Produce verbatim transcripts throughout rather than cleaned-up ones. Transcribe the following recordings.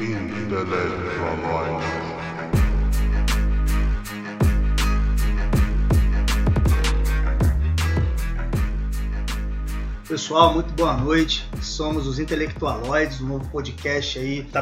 Intelectualoides. Pessoal, muito boa noite. Somos os Intelectualoides, um novo podcast aí, está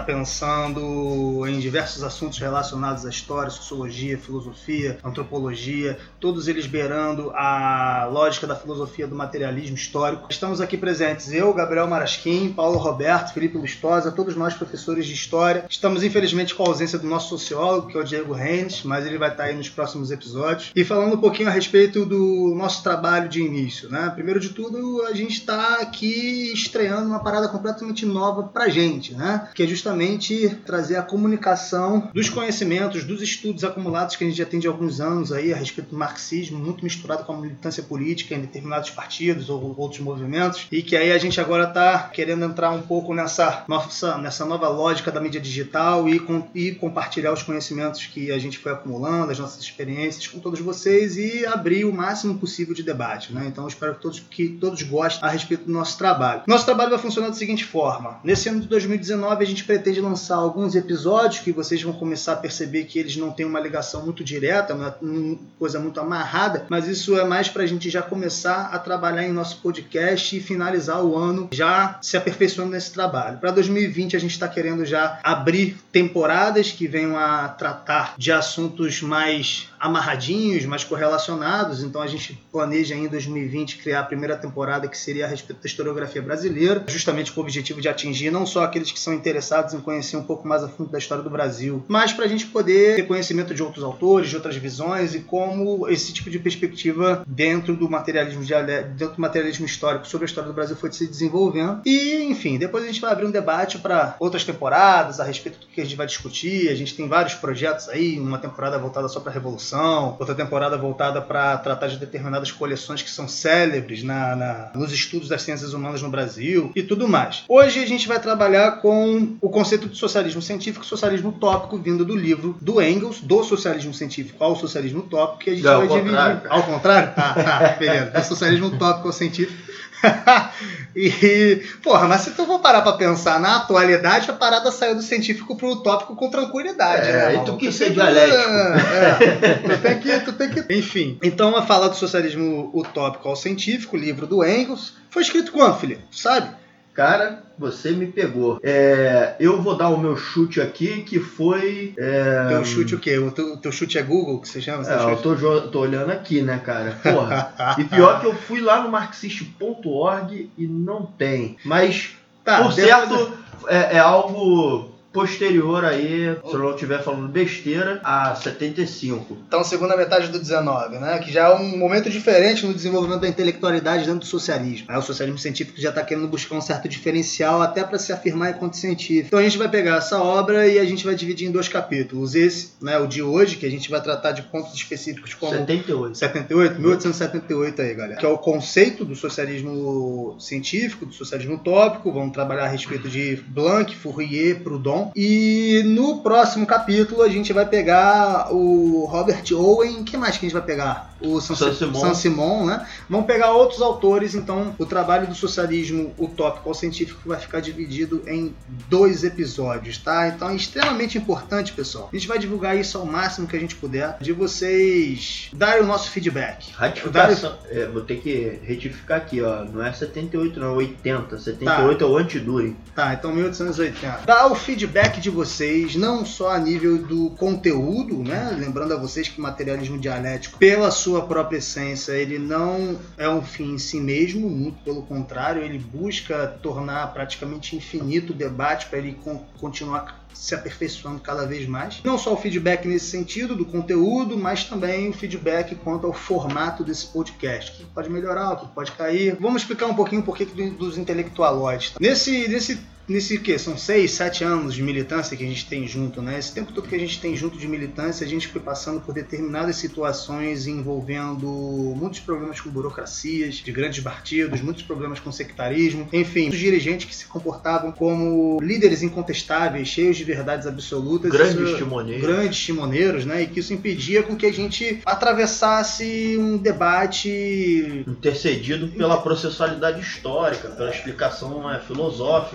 pensando em diversos assuntos relacionados à história, sociologia, filosofia, antropologia, todos eles beirando a lógica da filosofia do materialismo histórico. Estamos aqui presentes eu, Gabriel Marasquim, Paulo Roberto, Felipe Lustosa, todos nós professores de história. Estamos infelizmente com a ausência do nosso sociólogo, que é o Diego Reines, mas ele vai estar aí nos próximos episódios. E falando um pouquinho a respeito do nosso trabalho de início, né? Primeiro de tudo, a gente está aqui estreando uma parada completamente nova pra gente, né? Que é justamente trazer a comunicação dos conhecimentos, dos estudos acumulados que a gente já tem de alguns anos aí a respeito do marxismo, muito misturado com a militância política em determinados partidos ou outros movimentos, e que aí a gente agora está querendo entrar um pouco nessa, nossa, nessa nova lógica da mídia digital e, com, e compartilhar os conhecimentos que a gente foi acumulando, as nossas experiências com todos vocês e abrir o máximo possível de debate, né? Então eu espero que todos, que todos gostem a respeito do nosso trabalho. Nosso trabalho vai funcionar da seguinte forma: nesse ano de dois mil e dezenove a gente pretende lançar alguns episódios que vocês vão começar a perceber que eles não têm uma ligação muito direta, não é uma coisa muito amarrada, mas isso é mais para a gente já começar a trabalhar em nosso podcast e finalizar o ano já se aperfeiçoando nesse trabalho. Para dois mil e vinte a gente está querendo já abrir temporadas que venham a tratar de assuntos mais amarradinhos, mais correlacionados, então a gente planeja em dois mil e vinte criar a primeira temporada que seria a respeito da historiografia brasileira, justamente com o objetivo de atingir não só aqueles que são interessados em conhecer um pouco mais a fundo da história do Brasil, mas para a gente poder ter conhecimento de outros autores, de outras visões e como esse tipo de perspectiva dentro do materialismo, dentro do materialismo histórico sobre a história do Brasil foi se desenvolvendo. E, enfim, depois a gente vai abrir um debate para outras temporadas a respeito do que a gente vai discutir. A gente tem vários projetos aí, uma temporada voltada só para a Revolução, outra temporada voltada para tratar de determinadas coleções que são célebres na, na, nos estudos das ciências humanas no Brasil e tudo mais. Hoje a gente vai trabalhar com o conceito de socialismo científico e socialismo utópico vindo do livro do Engels, do socialismo científico ao socialismo utópico, que a gente Não, vai dividir... Cara. Ao contrário? Tá, tá, beleza. Do socialismo utópico ao científico. E, porra, mas se tu for parar pra pensar na atualidade, a parada saiu do científico pro utópico com tranquilidade, é, né? E tu quis ser dialético. É, tu tem que, tu tem que... Enfim, então a falar do socialismo utópico ao científico, livro do Engels, foi escrito quando, Felipe? Sabe? Cara, você me pegou. É, eu vou dar o meu chute aqui, que foi... É... Teu chute o quê? O teu, teu chute é Google, que você chama? É, eu tô, tô olhando aqui, né, cara? Porra. E pior que eu fui lá no marxist ponto org e não tem. Mas, tá, por certo, é, é algo... posterior aí, se eu não estiver falando besteira, a setenta e cinco. Então, segunda metade do dezenove, né? Que já é um momento diferente no desenvolvimento da intelectualidade dentro do socialismo. Aí o socialismo científico já está querendo buscar um certo diferencial até para se afirmar enquanto científico. Então a gente vai pegar essa obra e a gente vai dividir em dois capítulos. Esse, né, o de hoje, que a gente vai tratar de pontos específicos como... setenta e oito. setenta e oito? mil oitocentos e setenta e oito aí, galera. Que é o conceito do socialismo científico, do socialismo utópico. Vamos trabalhar a respeito de Blanc, Fourier, Proudhon. E no próximo capítulo a gente vai pegar o Robert Owen. O que mais que a gente vai pegar? O Saint-Simon, né? Vamos pegar outros autores. Então o trabalho do socialismo utópico ao científico vai ficar dividido em dois episódios, tá? Então é extremamente importante, pessoal. A gente vai divulgar isso ao máximo que a gente puder, de vocês darem o nosso feedback. Ratificação. É, vou ter que retificar aqui, ó. Não é setenta e oito, não, é oitenta. setenta e oito tá. É o anti-Düring. Tá, então mil oitocentos e oitenta. Dá o feedback de vocês, não só a nível do conteúdo, né? Lembrando a vocês que o materialismo dialético, pela sua própria essência, ele não é um fim em si mesmo, muito pelo contrário, ele busca tornar praticamente infinito o debate para ele con- continuar se aperfeiçoando cada vez mais. Não só o feedback nesse sentido do conteúdo, mas também o feedback quanto ao formato desse podcast. O que pode melhorar, o que pode cair. Vamos explicar um pouquinho o porquê dos intelectualoides. Nesse, nesse Nesse que são seis, sete anos de militância que a gente tem junto, né? Esse tempo todo que a gente tem junto de militância, a gente foi passando por determinadas situações envolvendo muitos problemas com burocracias de grandes partidos, muitos problemas com sectarismo, enfim, os dirigentes que se comportavam como líderes incontestáveis, cheios de verdades absolutas, grandes isso, timoneiros, grandes timoneiros, né? E que isso impedia com que a gente atravessasse um debate intercedido pela processualidade histórica, pela explicação é, filosófica do é,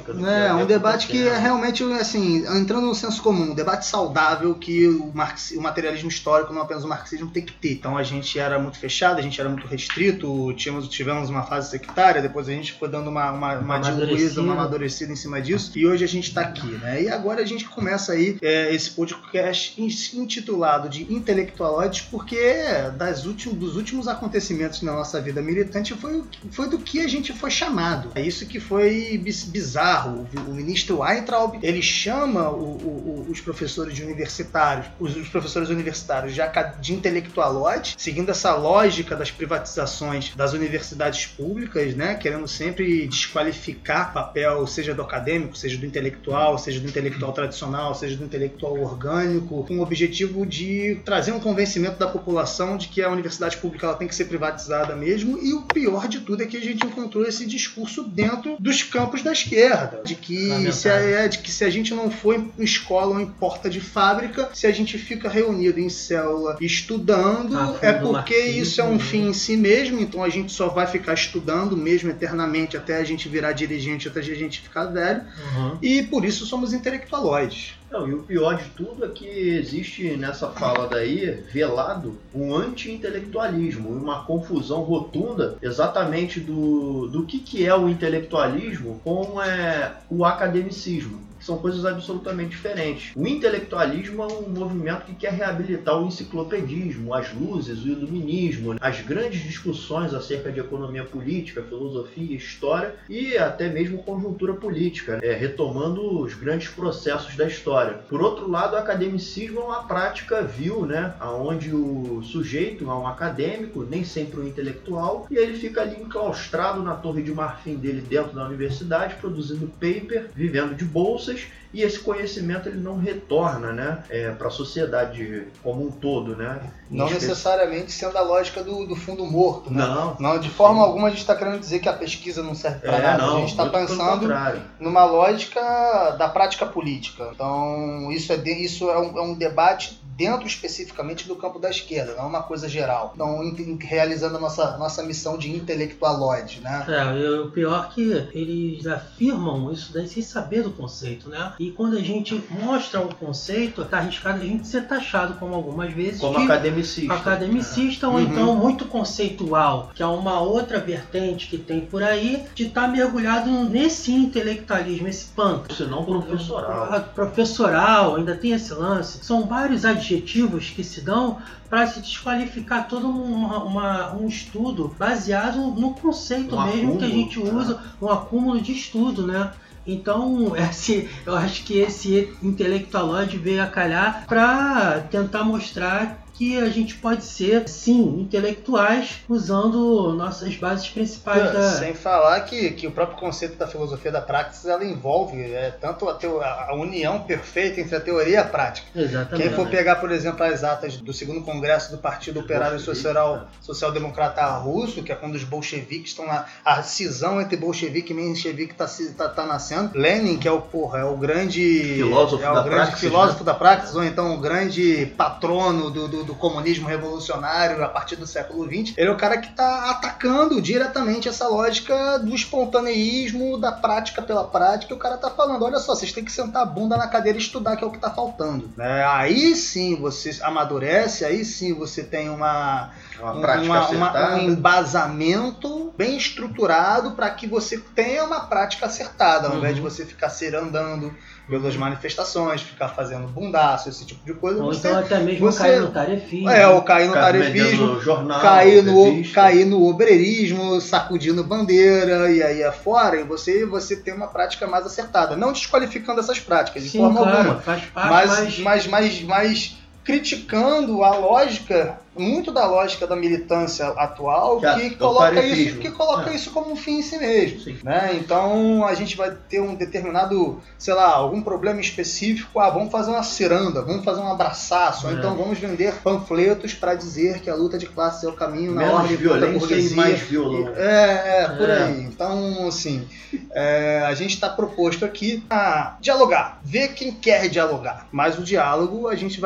É, um debate que é realmente, assim, entrando no senso comum, um debate saudável que o, marxi, o materialismo histórico, não apenas o marxismo, tem que ter. Então a gente era muito fechado, a gente era muito restrito, tínhamos, tivemos uma fase sectária, depois a gente foi dando uma, uma, uma diluída, uma amadurecida em cima disso, e hoje a gente está aqui, né? E agora a gente começa aí é, esse podcast intitulado de Intelectualoides, porque das últimos, dos últimos acontecimentos na nossa vida militante foi, foi do que a gente foi chamado. É isso que foi bizarro. O ministro Weintraub, ele chama o, o, os professores universitários, os, os professores universitários de, de intelectualoides, seguindo essa lógica das privatizações das universidades públicas, né? Querendo sempre desqualificar o papel, seja do acadêmico, seja do intelectual, seja do intelectual tradicional, seja do intelectual orgânico, com o objetivo de trazer um convencimento da população de que a universidade pública ela tem que ser privatizada mesmo, e o pior de tudo é que a gente encontrou esse discurso dentro dos campos da esquerda, de que, se a, é, de que se a gente não for em escola ou em porta de fábrica, se a gente fica reunido em célula estudando, ah, é porque isso é um fim em si mesmo, então a gente só vai ficar estudando mesmo eternamente até a gente virar dirigente, até a gente ficar velho, uhum. E por isso somos intelectualoides. Não, e o pior de tudo é que existe nessa fala daí, velado, um anti-intelectualismo, uma confusão rotunda exatamente do, do que, que é o intelectualismo com é, o academicismo. São coisas absolutamente diferentes. O intelectualismo é um movimento que quer reabilitar o enciclopedismo, as luzes, o iluminismo, as grandes discussões acerca de economia política, filosofia, história e até mesmo conjuntura política, é, retomando os grandes processos da história. Por outro lado, o academicismo é uma prática vil, né, onde o sujeito é um acadêmico, nem sempre um intelectual, e ele fica ali enclaustrado na torre de marfim dele dentro da universidade, produzindo paper, vivendo de bolsas, e esse conhecimento ele não retorna, né, é, para a sociedade como um todo, né? Não necessariamente sendo a lógica do, do fundo morto, né? Não. Não, de forma sim. alguma a gente está querendo dizer que a pesquisa não serve para é, nada. Não, a gente está pensando numa lógica da prática política. Então isso é, de, isso é um, é um debate dentro especificamente do campo da esquerda, não é uma coisa geral. Então, realizando a nossa, nossa missão de intelectualoide, né? É, o pior é que eles afirmam isso daí sem saber do conceito, né? E quando a gente mostra um conceito, tá arriscado a gente ser taxado como algumas vezes como de academicista. Academicista, é. ou uhum. então muito conceitual, que é uma outra vertente que tem por aí, de estar tá mergulhado nesse intelectualismo, esse pântano. Se não professoral. Professoral, ainda tem esse lance. São vários adjetivos que se dão para se desqualificar todo uma, uma, um estudo baseado no conceito um mesmo acúmulo, que a gente usa, né? Um acúmulo de estudo, né? Então, esse, eu acho que esse intelectualoide veio a calhar para tentar mostrar que a gente pode ser, sim, intelectuais usando nossas bases principais. Da... Sem falar que, que o próprio conceito da filosofia da praxis, ela envolve é, tanto a, teo, a união perfeita entre a teoria e a prática. Exatamente. Quem for pegar, por exemplo, as atas do segundo congresso do Partido Operário Social, Social Democrata Russo, que é quando os bolcheviques estão na... A cisão entre bolchevique e menchevique está tá, tá nascendo. Lenin, que é o, porra, é o grande... Filósofo é o da grande praxis, filósofo né? da praxis, ou então o grande patrono do, do do comunismo revolucionário a partir do século vinte, ele é o cara que está atacando diretamente essa lógica do espontaneísmo, da prática pela prática, e o cara está falando, olha só, vocês têm que sentar a bunda na cadeira e estudar, que é o que está faltando. É, aí sim você amadurece, aí sim você tem uma, uma, prática uma, uma um embasamento bem estruturado para que você tenha uma prática acertada, ao uhum. invés de você ficar ser andando pelas manifestações, ficar fazendo bundaço, esse tipo de coisa. Ou você, então até mesmo você, cair no tarefismo. É, ou cair no tarefismo, jornal, cair, no, cair no obreirismo, sacudindo bandeira e aí afora, e você, você tem uma prática mais acertada. Não desqualificando essas práticas, de Sim, forma claro, alguma. Faz parte, mas, mas... mas, mas, mas criticando a lógica, muito da lógica da militância atual, que, que coloca, isso, que coloca é. isso como um fim em si mesmo. Né? Então a gente vai ter um determinado, sei lá, algum problema específico, ah, vamos fazer uma ciranda, vamos fazer um abraçaço, é. ou então vamos vender panfletos para dizer que a luta de classes é o caminho na menos ordem violência da burguesia. E mais violão. É, é, por é. aí. Então, assim, é, a gente está proposto aqui a dialogar, ver quem quer dialogar, mas o diálogo a gente vai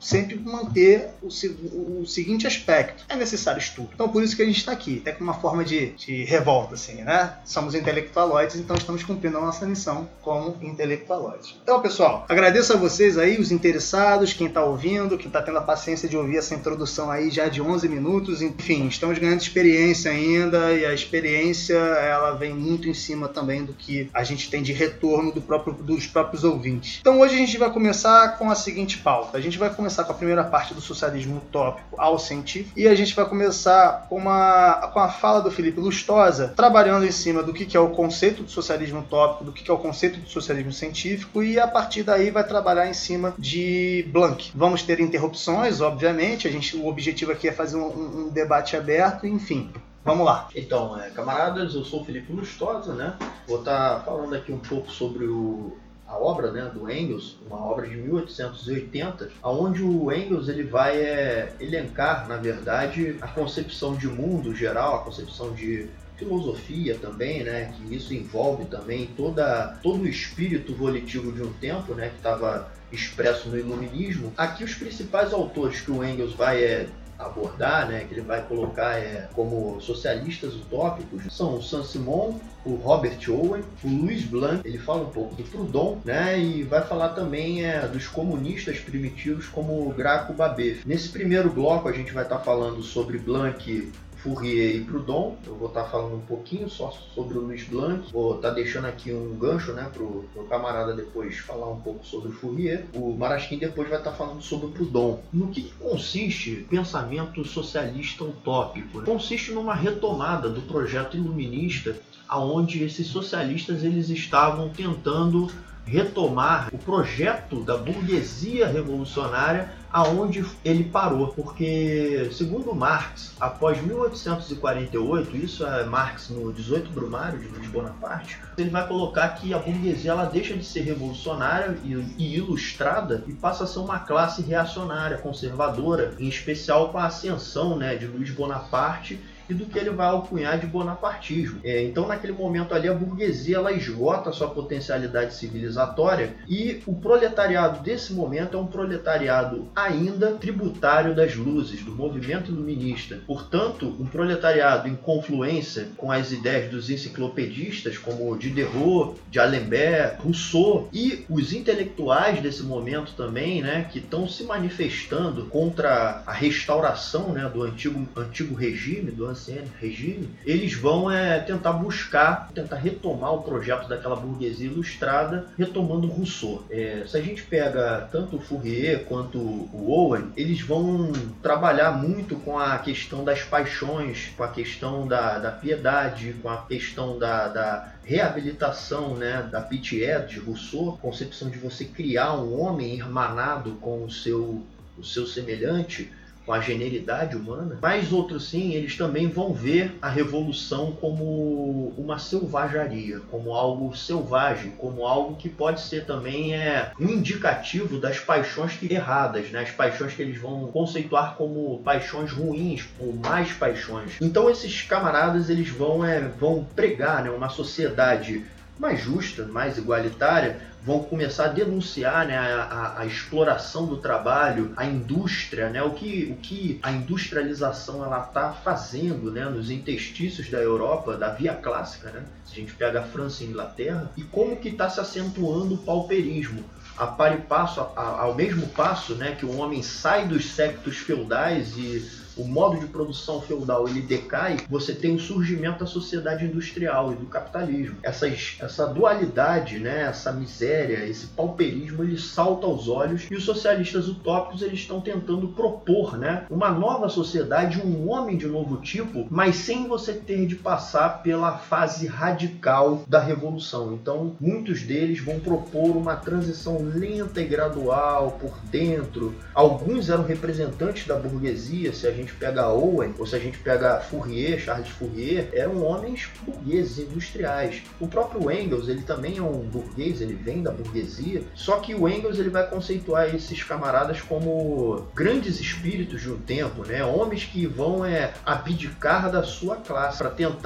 sempre manter o, o, o seguinte aspecto: é necessário estudo. Então por isso que a gente está aqui, até com uma forma de, de revolta, assim, né? Somos intelectualoides, então estamos cumprindo a nossa missão como intelectualoides. Então, pessoal, agradeço a vocês aí, os interessados, quem está ouvindo, quem está tendo a paciência de ouvir essa introdução aí já de onze minutos. Enfim, estamos ganhando experiência ainda, e a experiência ela vem muito em cima também do que a gente tem de retorno do próprio, dos próprios ouvintes. Então hoje a gente vai começar com a seguinte pauta. A gente vai começar com a primeira parte do socialismo utópico ao científico, e a gente vai começar com, uma, com a fala do Felipe Lustosa, trabalhando em cima do que, que é o conceito do socialismo utópico, do que, que é o conceito do socialismo científico, e a partir daí vai trabalhar em cima de Blank. Vamos ter interrupções, obviamente, a gente, o objetivo aqui é fazer um, um debate aberto, enfim. Vamos lá. Então, é, camaradas, eu sou o Felipe Lustosa, né? Vou estar falando aqui um pouco sobre o, a obra, né, do Engels, uma obra de mil oitocentos e oitenta, onde o Engels ele vai é, elencar, na verdade, a concepção de mundo geral, a concepção de filosofia também, né? Que isso envolve também toda, todo o espírito volitivo de um tempo, né? Que estava expresso no iluminismo. Aqui os principais autores que o Engels vai é, abordar, né, que ele vai colocar é, como socialistas utópicos, são o Saint-Simon, o Robert Owen, o Louis Blanc. Ele fala um pouco do Proudhon, né, e vai falar também é, dos comunistas primitivos como o Graco Babeuf. Nesse primeiro bloco a gente vai estar falando sobre Blanc, Fourier e Proudhon. Eu vou estar falando um pouquinho só sobre o Louis Blanc. Vou estar deixando aqui um gancho, né, para o camarada depois falar um pouco sobre o Fourier. O Marasquim depois vai estar falando sobre o Proudhon. No que, que consiste o pensamento socialista utópico? Consiste numa retomada do projeto iluminista, aonde esses socialistas eles estavam tentando retomar o projeto da burguesia revolucionária aonde ele parou, porque segundo Marx, após mil oitocentos e quarenta e oito, isso é Marx no dezoito Brumário de Luiz Bonaparte, ele vai colocar que a burguesia ela deixa de ser revolucionária e, e ilustrada e passa a ser uma classe reacionária, conservadora, em especial com a ascensão, né, de Luiz Bonaparte e do que ele vai alcunhar de bonapartismo. É, então, naquele momento ali, a burguesia ela esgota a sua potencialidade civilizatória e o proletariado desse momento é um proletariado ainda tributário das luzes, do movimento iluminista. Portanto, um proletariado em confluência com as ideias dos enciclopedistas como Diderot, de D'Alembert, Rousseau e os intelectuais desse momento também, né, que estão se manifestando contra a restauração, né, do antigo, antigo regime, do ancien regime. Eles vão é, tentar buscar, tentar retomar o projeto daquela burguesia ilustrada, retomando Rousseau. É, se a gente pega tanto o Fourier quanto o Owen, eles vão trabalhar muito com a questão das paixões, com a questão da, da piedade, com a questão da, da reabilitação, né, da pitié de Rousseau, concepção de você criar um homem irmanado com o seu, o seu semelhante, com a genialidade humana. Mas outros sim, eles também vão ver a revolução como uma selvageria, como algo selvagem, como algo que pode ser também é, um indicativo das paixões que, erradas, né? As paixões que eles vão conceituar como paixões ruins, ou mais paixões. Então esses camaradas eles vão, é, vão pregar, né, uma sociedade mais justa, mais igualitária, vão começar a denunciar, né, a, a, a exploração do trabalho, a indústria, né, o, que, o que a industrialização está fazendo, né, nos interstícios da Europa, da Via Clássica, né, se a gente pega a França e a Inglaterra, e como que está se acentuando o pauperismo. A par e passo, a, a, ao mesmo passo, né, que o homem sai dos séculos feudais e o modo de produção feudal ele decai, você tem o surgimento da sociedade industrial e do capitalismo. Essas, essa dualidade, né, essa miséria, esse pauperismo, ele salta aos olhos e os socialistas utópicos eles estão tentando propor, né, uma nova sociedade, um homem de novo tipo, mas sem você ter de passar pela fase radical da revolução. Então, muitos deles vão propor uma transição lenta e gradual por dentro. Alguns eram representantes da burguesia, se a gente pega Owen, ou se a gente pega Fourier, Charles Fourier, eram homens burgueses, industriais. O próprio Engels, ele também é um burguês, ele vem da burguesia, só que o Engels ele vai conceituar esses camaradas como grandes espíritos de um tempo, né? Homens que vão é, abdicar da sua classe para tentar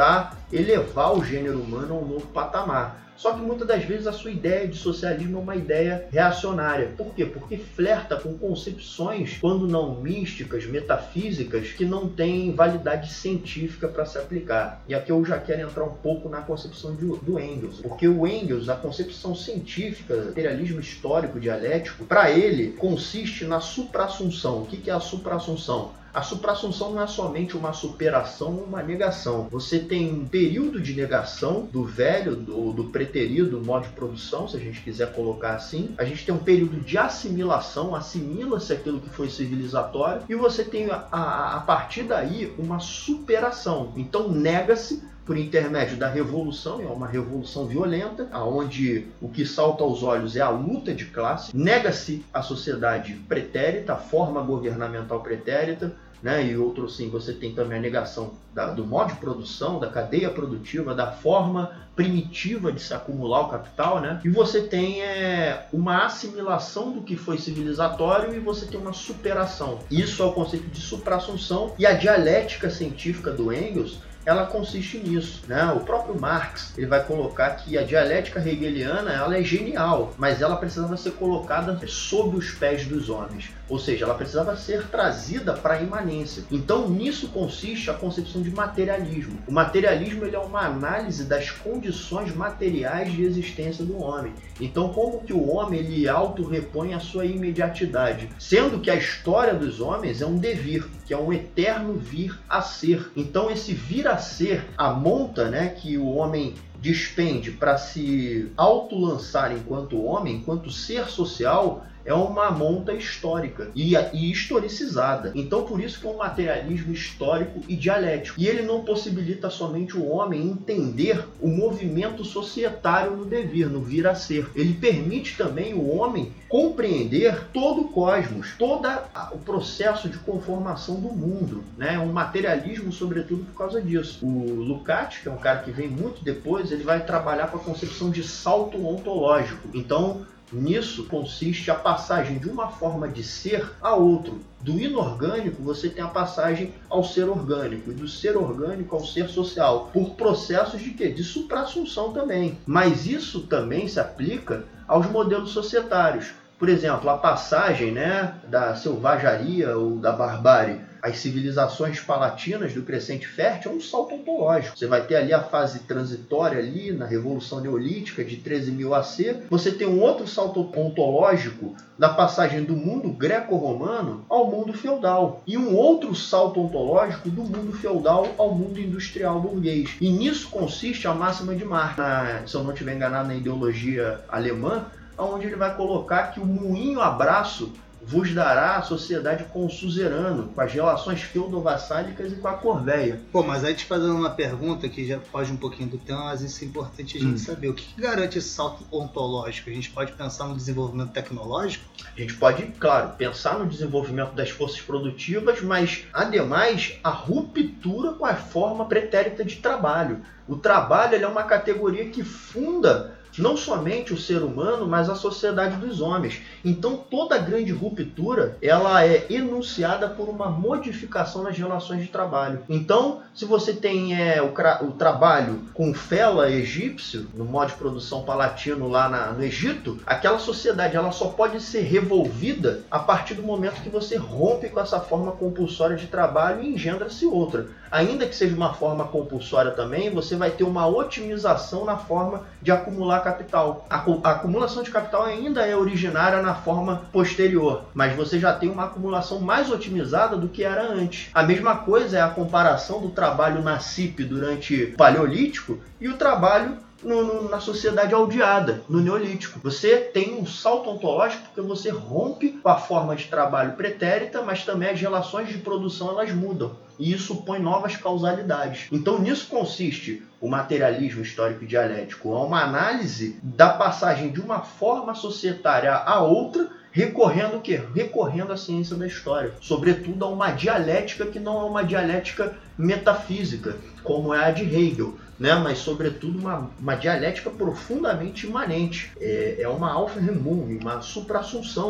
elevar o gênero humano a um novo patamar. Só que muitas das vezes a sua ideia de socialismo é uma ideia reacionária. Por quê? Porque flerta com concepções, quando não místicas, metafísicas, que não têm validade científica para se aplicar. E aqui eu já quero entrar um pouco na concepção de, do Engels. Porque o Engels, a concepção científica, materialismo histórico dialético, para ele consiste na supraassunção. O que é a supraassunção? A supraassunção não é somente uma superação ou uma negação. Você tem um período de negação do velho ou do, do preterido modo de produção, se a gente quiser colocar assim. A gente tem um período de assimilação, assimila-se aquilo que foi civilizatório, e você tem a, a, a partir daí uma superação. Então nega-se por intermédio da revolução, é uma revolução violenta, onde o que salta aos olhos é a luta de classe, nega-se a sociedade pretérita, a forma governamental pretérita, né? E outro sim, você tem também a negação da, do modo de produção, da cadeia produtiva, da forma primitiva de se acumular o capital, né? E você tem é, uma assimilação do que foi civilizatório e você tem uma superação. Isso é o conceito de supraassunção, e a dialética científica do Engels, ela consiste nisso, né? O próprio Marx, ele vai colocar que a dialética hegeliana, ela é genial, mas ela precisava ser colocada sob os pés dos homens, ou seja, ela precisava ser trazida para a imanência. Então nisso consiste a concepção de materialismo. O materialismo, ele é uma análise das condições materiais de existência do homem. Então como que o homem ele auto-repõe a sua imediatidade, sendo que a história dos homens é um devir, que é um eterno vir a ser. Então esse vir a ser, a monta, né, que o homem despende para se auto-lançar enquanto homem, enquanto ser social, é uma monta histórica e, e historicizada. Então por isso que é um materialismo histórico e dialético. E ele não possibilita somente o homem entender o movimento societário no devir, no vir a ser. Ele permite também o homem compreender todo o cosmos, todo o processo de conformação do mundo, né? É um materialismo sobretudo por causa disso. O Lukács, que é um cara que vem muito depois, ele vai trabalhar com a concepção de salto ontológico. Então nisso consiste a passagem de uma forma de ser a outro. Do inorgânico você tem a passagem ao ser orgânico, e do ser orgânico ao ser social, por processos de quê? De supraassunção também. Mas isso também se aplica aos modelos societários. Por exemplo, a passagem, né, da selvageria ou da barbárie às civilizações palatinas do Crescente Fértil é um salto ontológico. Você vai ter ali a fase transitória ali na Revolução Neolítica de treze mil A C. Você tem um outro salto ontológico da passagem do mundo greco-romano ao mundo feudal. E um outro salto ontológico do mundo feudal ao mundo industrial burguês. E nisso consiste a máxima de Marx, na, se eu não estiver enganado, na ideologia alemã, onde ele vai colocar que o moinho a braço vos dará a sociedade com o suzerano, com as relações feudovassálicas e com a corvéia. Pô, mas aí te fazendo uma pergunta que já foge um pouquinho do tema, mas isso é importante a gente hum. saber. O que garante esse salto ontológico? A gente pode pensar no desenvolvimento tecnológico? A gente pode, claro, pensar no desenvolvimento das forças produtivas, mas, ademais, a ruptura com a forma pretérita de trabalho. O trabalho ele é uma categoria que funda não somente o ser humano, mas a sociedade dos homens. Então toda grande ruptura ela é enunciada por uma modificação nas relações de trabalho. Então, se você tem é, o, o trabalho com fela egípcio, no modo de produção palatino lá na, no Egito, aquela sociedade ela só pode ser revolvida a partir do momento que você rompe com essa forma compulsória de trabalho e engendra-se outra. Ainda que seja uma forma compulsória também, você vai ter uma otimização na forma de acumular capital. A, a acumulação de capital ainda é originária na forma posterior, mas você já tem uma acumulação mais otimizada do que era antes. A mesma coisa é a comparação do trabalho na C I P durante o Paleolítico e o trabalho No, no, na sociedade aldeada, no Neolítico. Você tem um salto ontológico porque você rompe com a forma de trabalho pretérita, mas também as relações de produção elas mudam. E isso põe novas causalidades. Então nisso consiste o materialismo histórico e dialético. É uma análise da passagem de uma forma societária a outra, recorrendo o quê? Recorrendo à ciência da história. Sobretudo a uma dialética que não é uma dialética metafísica, como é a de Hegel, né? Mas sobretudo uma, uma dialética profundamente imanente. É, é uma Aufhebung, uma supraassunção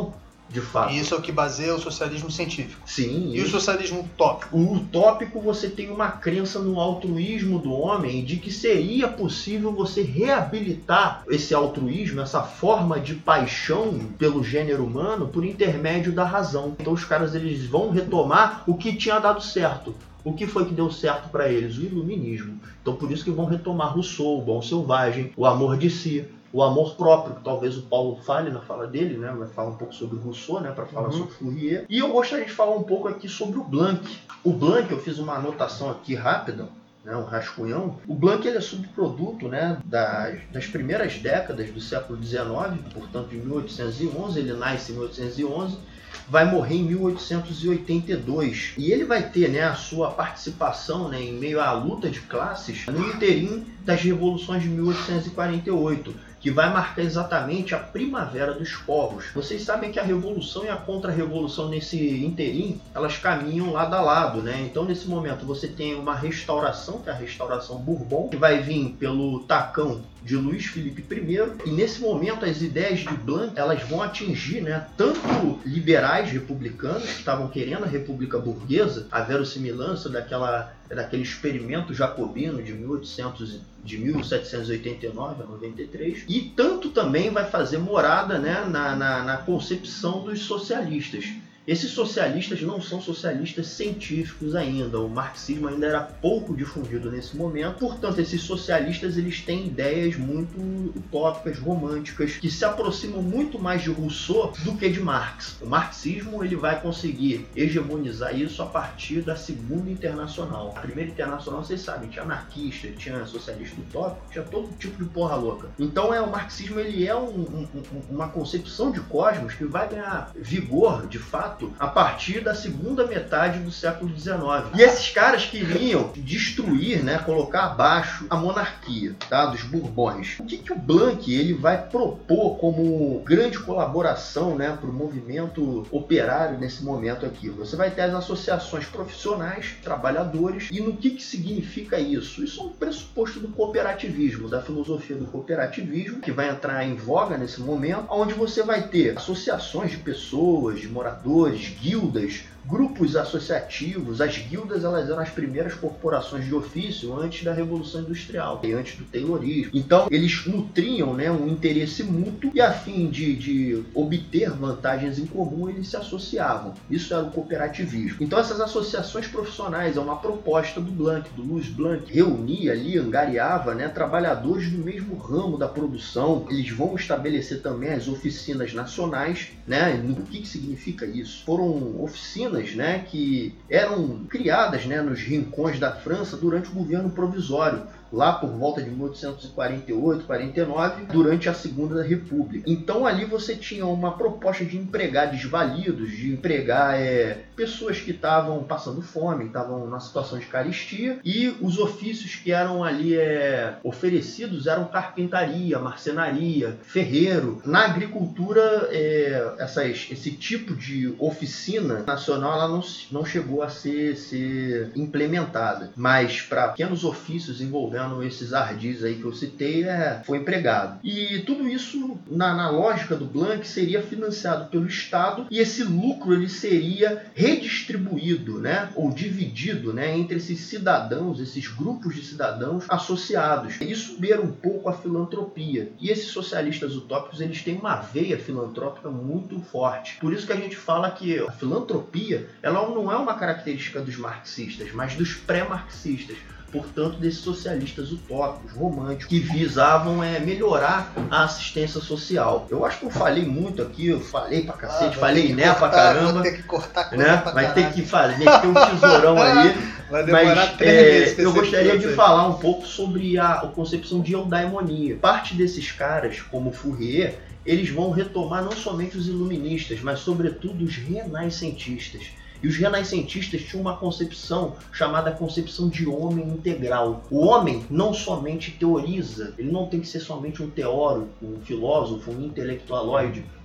de fato. E isso é o que baseia o socialismo científico. Sim. E isso. O socialismo utópico? O utópico, você tem uma crença no altruísmo do homem, de que seria possível você reabilitar esse altruísmo, essa forma de paixão pelo gênero humano por intermédio da razão. Então os caras eles vão retomar o que tinha dado certo. O que foi que deu certo para eles? O iluminismo. Então por isso que vão retomar Rousseau, o bom selvagem, o amor de si, o amor próprio, que talvez o Paulo fale na fala dele, né? Vai falar um pouco sobre Rousseau, né? Para falar uhum. sobre Fourier. E eu gostaria de falar um pouco aqui sobre o Blanc. O Blanc, eu fiz uma anotação aqui rápida, né? Um rascunhão. O Blanc ele é subproduto, né? das, das primeiras décadas do século dezenove, portanto em mil oitocentos e onze, ele nasce em mil oitocentos e onze, vai morrer em mil oitocentos e oitenta e dois. E ele vai ter, né, a sua participação, né, em meio à luta de classes no interim das revoluções de mil oitocentos e quarenta e oito, que vai marcar exatamente a primavera dos povos. Vocês sabem que a revolução e a contra-revolução nesse interim, elas caminham lado a lado, né? Então nesse momento você tem uma restauração, que é a restauração Bourbon, que vai vir pelo tacão de Luís Felipe primeiro, e nesse momento as ideias de Blanc elas vão atingir, né, tanto liberais republicanos que estavam querendo a república burguesa, a verossimilância daquela, daquele experimento jacobino de, mil e oitocentos, de mil setecentos e oitenta e nove a noventa e três, e tanto também vai fazer morada, né, na, na, na concepção dos socialistas. Esses socialistas não são socialistas científicos ainda, o marxismo ainda era pouco difundido nesse momento, portanto esses socialistas eles têm ideias muito utópicas, românticas, que se aproximam muito mais de Rousseau do que de Marx. O marxismo ele vai conseguir hegemonizar isso a partir da Segunda Internacional. A Primeira Internacional, vocês sabem, tinha anarquista, tinha socialista utópico, tinha todo tipo de porra louca. Então é, o marxismo ele é um, um, uma concepção de cosmos que vai ganhar vigor, de fato, a partir da segunda metade do século dezenove. E esses caras queriam destruir, né, colocar abaixo a monarquia, tá, dos Bourbons. O que, que o Blanc ele vai propor como grande colaboração, né, para o movimento operário nesse momento aqui? Você vai ter as associações profissionais, trabalhadores, e no que, que significa isso? Isso é um pressuposto do cooperativismo, da filosofia do cooperativismo, que vai entrar em voga nesse momento, onde você vai ter associações de pessoas, de moradores, guildas, grupos associativos. As guildas elas eram as primeiras corporações de ofício antes da Revolução Industrial e antes do Taylorismo. Então eles nutriam, né, um interesse mútuo e a fim de, de obter vantagens em comum eles se associavam. Isso era o cooperativismo. Então essas associações profissionais é uma proposta do Blanc, do Louis Blanc, reunia ali, angariava, né, trabalhadores do mesmo ramo da produção. Eles vão estabelecer também as oficinas nacionais, né? O que, que significa isso? Foram oficinas, né, que eram criadas, né, nos rincões da França durante o governo provisório, lá por volta de mil oitocentos e quarenta e oito, quarenta e nove, durante a Segunda República. Então ali você tinha uma proposta de empregar desvalidos, de empregar é, pessoas que estavam passando fome, estavam numa situação de carestia, e os ofícios que eram ali é, oferecidos eram carpintaria, marcenaria, ferreiro. Na agricultura, é, essas, esse tipo de oficina nacional ela não, não chegou a ser, ser implementada, mas para pequenos ofícios envolvendo esses ardis aí que eu citei, é, foi empregado. E tudo isso, na, na lógica do Blanc, seria financiado pelo Estado, e esse lucro ele seria redistribuído, né, ou dividido, né, entre esses cidadãos, esses grupos de cidadãos associados. Isso beira um pouco a filantropia. E esses socialistas utópicos eles têm uma veia filantrópica muito forte. Por isso que a gente fala que a filantropia ela não é uma característica dos marxistas, mas dos pré-marxistas. Portanto, desses socialistas utópicos, românticos, que visavam é, melhorar a assistência social. Eu acho que eu falei muito aqui, eu falei pra cacete, ah, falei né pra caramba. Vou ter que cortar coisa né? pra Vai caralho. ter que fazer, ter um tesourão aí. Vai demorar mas três é, meses. eu gostaria de falar um pouco sobre a, a concepção de eudaimonia. Parte desses caras, como Fourier, eles vão retomar não somente os iluministas, mas sobretudo os renascentistas. E os renascentistas tinham uma concepção chamada concepção de homem integral. O homem não somente teoriza, ele não tem que ser somente um teórico, um filósofo, um intelectualoide,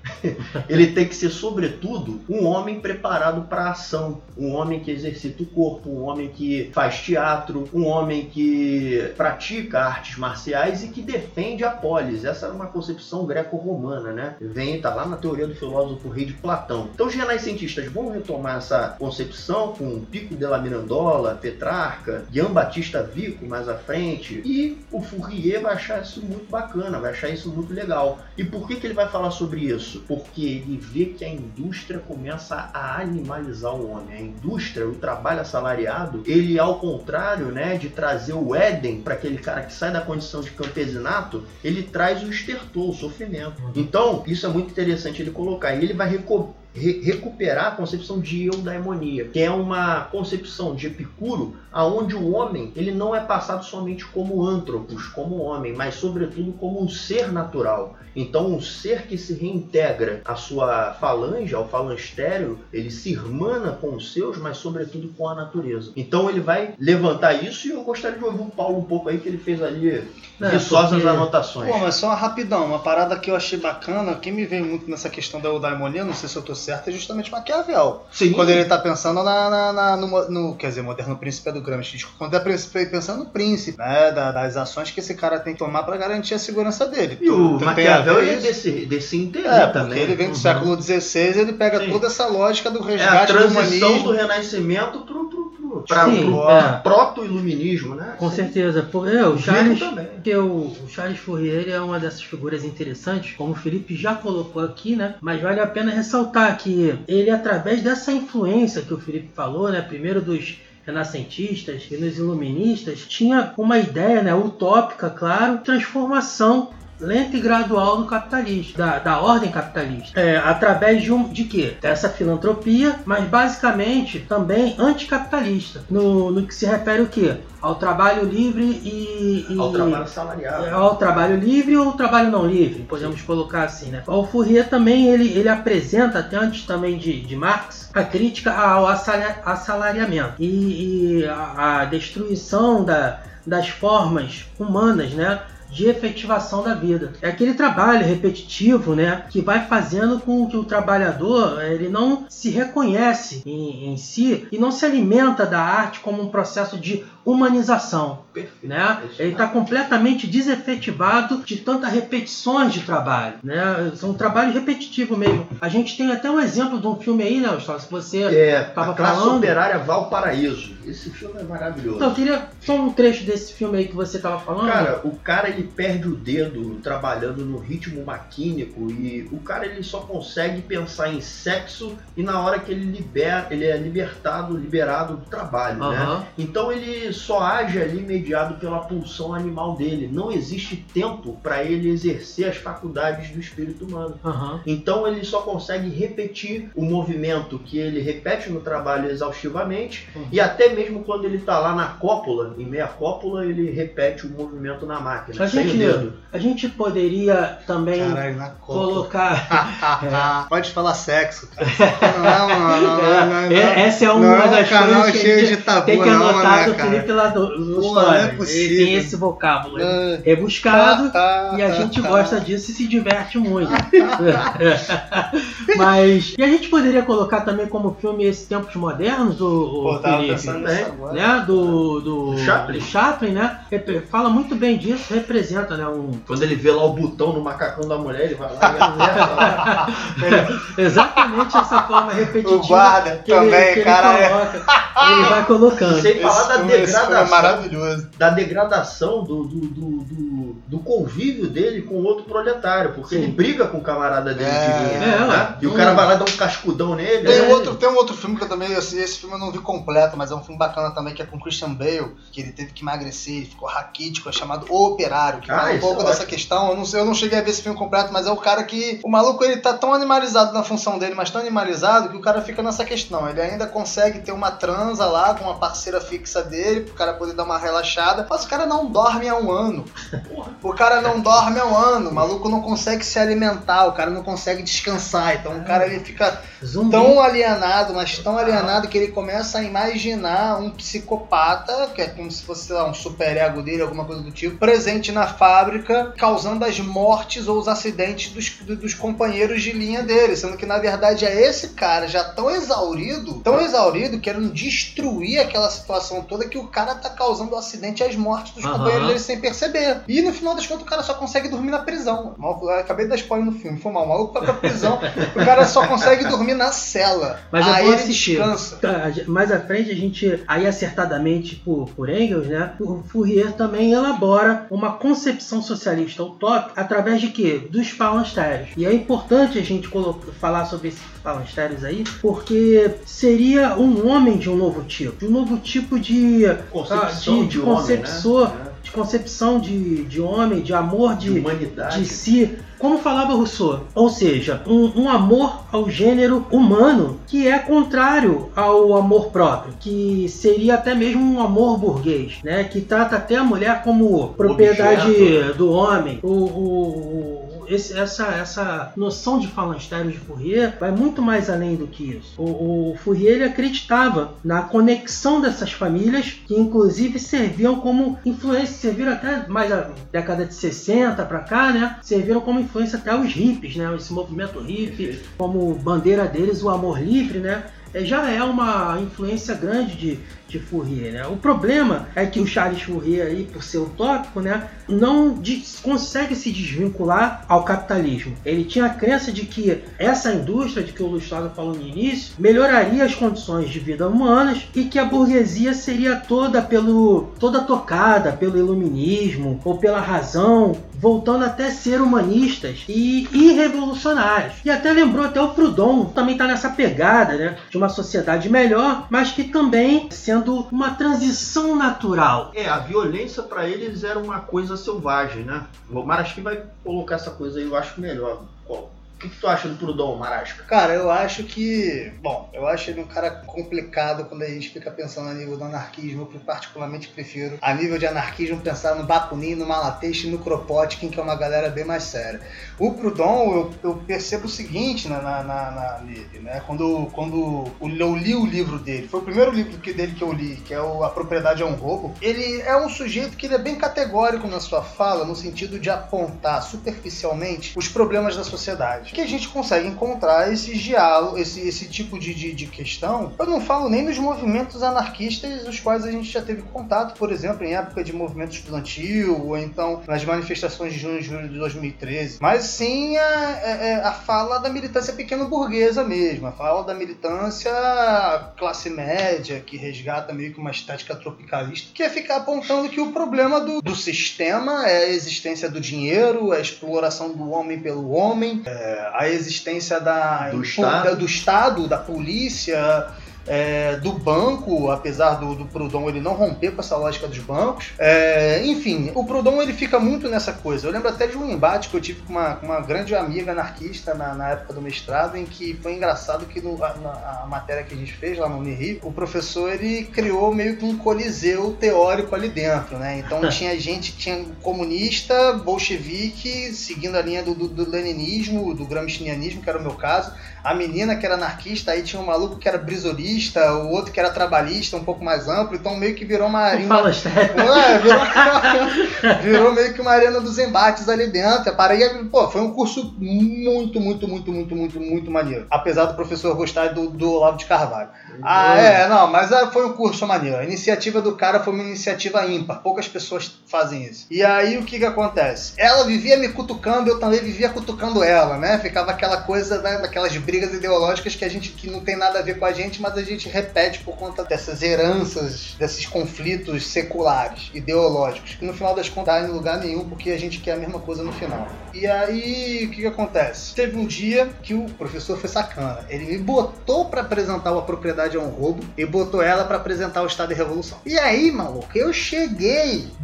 ele tem que ser, sobretudo, um homem preparado para a ação, um homem que exercita o corpo, um homem que faz teatro, um homem que pratica artes marciais e que defende a polis. Essa era uma concepção greco-romana, né? Vem, tá lá na teoria do filósofo rei de Platão. Então os renascentistas vão retomar essa concepção com Pico della Mirandola, Petrarca, Giambattista Vico mais à frente, e o Fourier vai achar isso muito bacana, vai achar isso muito legal. E por que que ele vai falar sobre isso? Porque ele vê que a indústria começa a animalizar o homem. A indústria, o trabalho assalariado, ele, ao contrário, né, de trazer o Éden para aquele cara que sai da condição de campesinato, ele traz o estertor, o sofrimento. Então, isso é muito interessante ele colocar. E ele vai reco- re- recuperar a concepção de eudaimonia, que é uma concepção de Epicuro, aonde o homem ele não é passado somente como antropos, como homem, mas sobretudo como um ser natural. Então, um ser que se reintegra à sua falange, ao falanstério, ele se irmana com os seus, mas sobretudo com a natureza. Então, ele vai levantar isso, e eu gostaria de ouvir o Paulo um pouco aí, que ele fez ali viçosas porque... anotações. Pô, mas só rapidão, uma parada que eu achei bacana, que me veio muito nessa questão da eudaimonia, não sei se eu tô certo, é justamente Maquiavel. Sim. Quando ele tá pensando na, na, na, no, no, quer dizer, Moderno Príncipe é do Gramsci, quando ele tá pensando no príncipe, né, da, das ações que esse cara tem que tomar para garantir a segurança dele. E o Maquiavel é desse, desse interesse é, também. Porque ele vem do uhum. século dezesseis, ele pega Sim. toda essa lógica do resgate é a transição do humanismo. do Renascimento pro, pro, pro, pra, Sim, pro é. proto-iluminismo, né? Com Sim. certeza. É, o, Charles, que o, o Charles Fourier é uma dessas figuras interessantes, como o Felipe já colocou aqui, né? Mas vale a pena ressaltar que ele, através dessa influência que o Felipe falou, né? Primeiro dos renascentistas e nos iluministas, tinha uma ideia, né, utópica, claro, transformação lenta e gradual do capitalismo, da, da ordem capitalista, é, através de, um, de quê? Dessa filantropia, mas basicamente também anticapitalista, no, no que se refere o quê? Ao trabalho livre e... e ao trabalho salariado. Ao trabalho livre ou ao trabalho não livre, podemos Sim. colocar assim, né? O Fourier também, ele, ele apresenta, até antes também de, de Marx, a crítica ao assalariamento e, e a, a destruição da, das formas humanas, né? De efetivação da vida. É aquele trabalho repetitivo, né, que vai fazendo com que o trabalhador ele não se reconhece em, em si e não se alimenta da arte como um processo de humanização. Perfeito. Né? Ele está completamente desefetivado de tantas repetições de trabalho. Né? São um trabalho repetitivo mesmo. A gente tem até um exemplo de um filme aí, né, Gustavo? Se você estava é, falando... falando... Operária Valparaíso. Esse filme é maravilhoso. Então, eu queria só um trecho desse filme aí que você estava falando. Cara, o cara ele perde o dedo trabalhando no ritmo maquínico e o cara ele só consegue pensar em sexo e na hora que ele libera, ele é libertado, liberado do trabalho, uhum. né? Então ele só age ali mediado pela pulsão animal dele. Não existe tempo para ele exercer as faculdades do espírito humano. Uhum. Então ele só consegue repetir o movimento que ele repete no trabalho exaustivamente uhum. e até mesmo quando ele está lá na cópula, em meia cópula, ele repete o movimento na máquina. A gente, a gente poderia também Caralho, na colocar... é. Pode falar sexo, cara. Não, não, não, não, não, não. Essa é uma não, das canal coisas que cheio a gente de tabu, tem que anotar não, do Felipe lá do, no Pô, não é possível. Ele tem esse vocábulo é. rebuscado ah, e a gente ah, gosta disso e se diverte muito. Mas e a gente poderia colocar também como filme Esses Tempos Modernos, o, Pô, o Felipe, né? Do, do, Chaplin. do Chaplin, né? Fala muito bem disso, representa, né? Um... Quando ele vê lá o botão no macacão da mulher, ele vai lá e aperta lá. É exatamente essa forma repetitiva. O guarda que também, ele, que cara. Ele, coloca, ele vai colocando. Sem falar da degradação. É maravilhoso. Da degradação do, do, do, do, do convívio dele com outro proletário, porque Sim. ele briga com o camarada dele é, de linha. É, né? E o cara vai lá dar um cascudão nele. Tem, né? outro, tem um outro filme que eu também, assim, esse filme eu não vi completo, mas é um filme bacana também, que é com Christian Bale, que ele teve que emagrecer, ele ficou raquítico, é chamado O Operário, que ah, fala um pouco é dessa questão. Eu não sei, eu não cheguei a ver esse filme completo, mas é o cara que, o maluco ele tá tão animalizado na função dele, mas tão animalizado que o cara fica nessa questão. Ele ainda consegue ter uma transa lá com uma parceira fixa dele, dele, pro cara poder dar uma relaxada. Mas o cara não dorme há um ano. O cara não dorme há um ano. O maluco não consegue se alimentar, o cara não consegue descansar. Então o cara ele fica Zumbi. tão alienado, mas tão alienado que ele começa a imaginar um psicopata, que é como se fosse, sei lá, um superego dele, alguma coisa do tipo, presente na fábrica, causando as mortes ou os acidentes dos, dos companheiros de linha dele, sendo que na verdade é esse cara já tão exaurido, tão exaurido, querendo destruir aquela situação toda, que o cara tá causando o acidente e as mortes dos uhum. companheiros dele sem perceber. E no final das contas o cara só consegue dormir na prisão. Eu acabei de dar spoiler no filme, foi mal. O maluco vai pra prisão, o cara só consegue dormir na cela. Mas aí ele assistir. descansa. Mais à frente a gente, aí acertadamente por, por Engels, né, o Fourier também elabora uma concepção socialista utópica através de quê? Dos falancérios. E é importante a gente colocar, falar sobre esses falancérios aí, porque seria um homem de um novo tipo, de um novo tipo de concepção de, de, de, de concepção, homem, né? de concepção de, de homem, de amor de, de humanidade, de si. Como falava Rousseau, ou seja, um, um amor ao gênero humano que é contrário ao amor próprio, que seria até mesmo um amor burguês, né? Que trata até a mulher como propriedade objeto do homem. O, o, o, esse, essa, essa noção de falancério de Fourier vai muito mais além do que isso. O, o Fourier ele acreditava na conexão dessas famílias, que inclusive serviam como influência, serviram até mais da década de sessenta para cá, né? Serviram como influência até os hippies, né? Esse movimento hippie, como bandeira deles o amor livre, né? Já é uma influência grande de, de Fourier, né? O problema é que o Charles Fourier, aí, por ser utópico, né, não des- consegue se desvincular ao capitalismo. Ele tinha a crença de que essa indústria, de que o Lustosa falou no início, melhoraria as condições de vida humanas e que a burguesia seria toda, pelo, toda tocada pelo iluminismo ou pela razão, voltando até a ser humanistas e, e revolucionários. E até lembrou até o Proudhon, também está nessa pegada, né, de uma sociedade melhor, mas que também sendo uma transição natural. É, a violência para eles era uma coisa selvagem, né? O Marasquim vai colocar essa coisa aí, eu acho melhor. Qual? O que, que tu acha do Proudhon, Marasca? Cara, eu acho que... Bom, eu acho ele um cara complicado quando a gente fica pensando a nível do anarquismo. Eu particularmente prefiro, a nível de anarquismo, pensar no Bakunin, no Malatesta e no Kropotkin, que é uma galera bem mais séria. O Proudhon, eu, eu percebo o seguinte na, na, na, na, nele, né? Quando, quando eu li o livro dele, foi o primeiro livro que, dele que eu li, que é o A Propriedade é um Roubo. Ele é um sujeito que ele é bem categórico na sua fala, no sentido de apontar superficialmente os problemas da sociedade. Que a gente consegue encontrar esses diálogos, esse, esse tipo de, de, de questão. Eu não falo nem nos movimentos anarquistas, os quais a gente já teve contato, por exemplo, em época de movimento estudantil, ou então nas manifestações de junho e julho de dois mil e treze. Mas sim a, a, a fala da militância pequeno-burguesa mesmo, a fala da militância classe média, que resgata meio que uma estética tropicalista, que é ficar apontando que o problema do, do sistema é a existência do dinheiro, a exploração do homem pelo homem, é, a existência da, do, Estado. do Estado, da polícia, é, do banco, apesar do, do Proudhon ele não romper com essa lógica dos bancos. É, enfim, o Proudhon ele fica muito nessa coisa. Eu lembro até de um embate que eu tive com uma, com uma grande amiga anarquista na, na época do mestrado, em que foi engraçado que no, na, na matéria que a gente fez lá no Unirio, o professor ele criou meio que um coliseu teórico ali dentro, né? Então tinha gente que tinha comunista, bolchevique, seguindo a linha do, do, do leninismo, do gramscianismo, que era o meu caso. A menina que era anarquista, aí tinha um maluco que era brisolista, o outro que era trabalhista, um pouco mais amplo, então meio que virou uma arena... Fala sério. É, virou, virou meio que uma arena dos embates ali dentro. Parei, pô, foi um curso muito, muito, muito, muito, muito, muito maneiro. Apesar do professor gostar do, do Olavo de Carvalho. Ah, é, não, mas foi um curso maneiro. A iniciativa do cara foi uma iniciativa ímpar. Poucas pessoas fazem isso. E aí, o que que acontece? Ela vivia me cutucando, eu também vivia cutucando ela, né? Ficava aquela coisa, né, daquelas brigas ideológicas que a gente, que não tem nada a ver com a gente, mas a gente repete por conta dessas heranças, desses conflitos seculares, ideológicos, que no final das contas não dá em lugar nenhum, porque a gente quer a mesma coisa no final. E aí, o que que acontece? Teve um dia que o professor foi sacana. Ele me botou pra apresentar A Propriedade é um Roubo e botou ela pra apresentar o Estado e Revolução. E aí, maluco, eu cheguei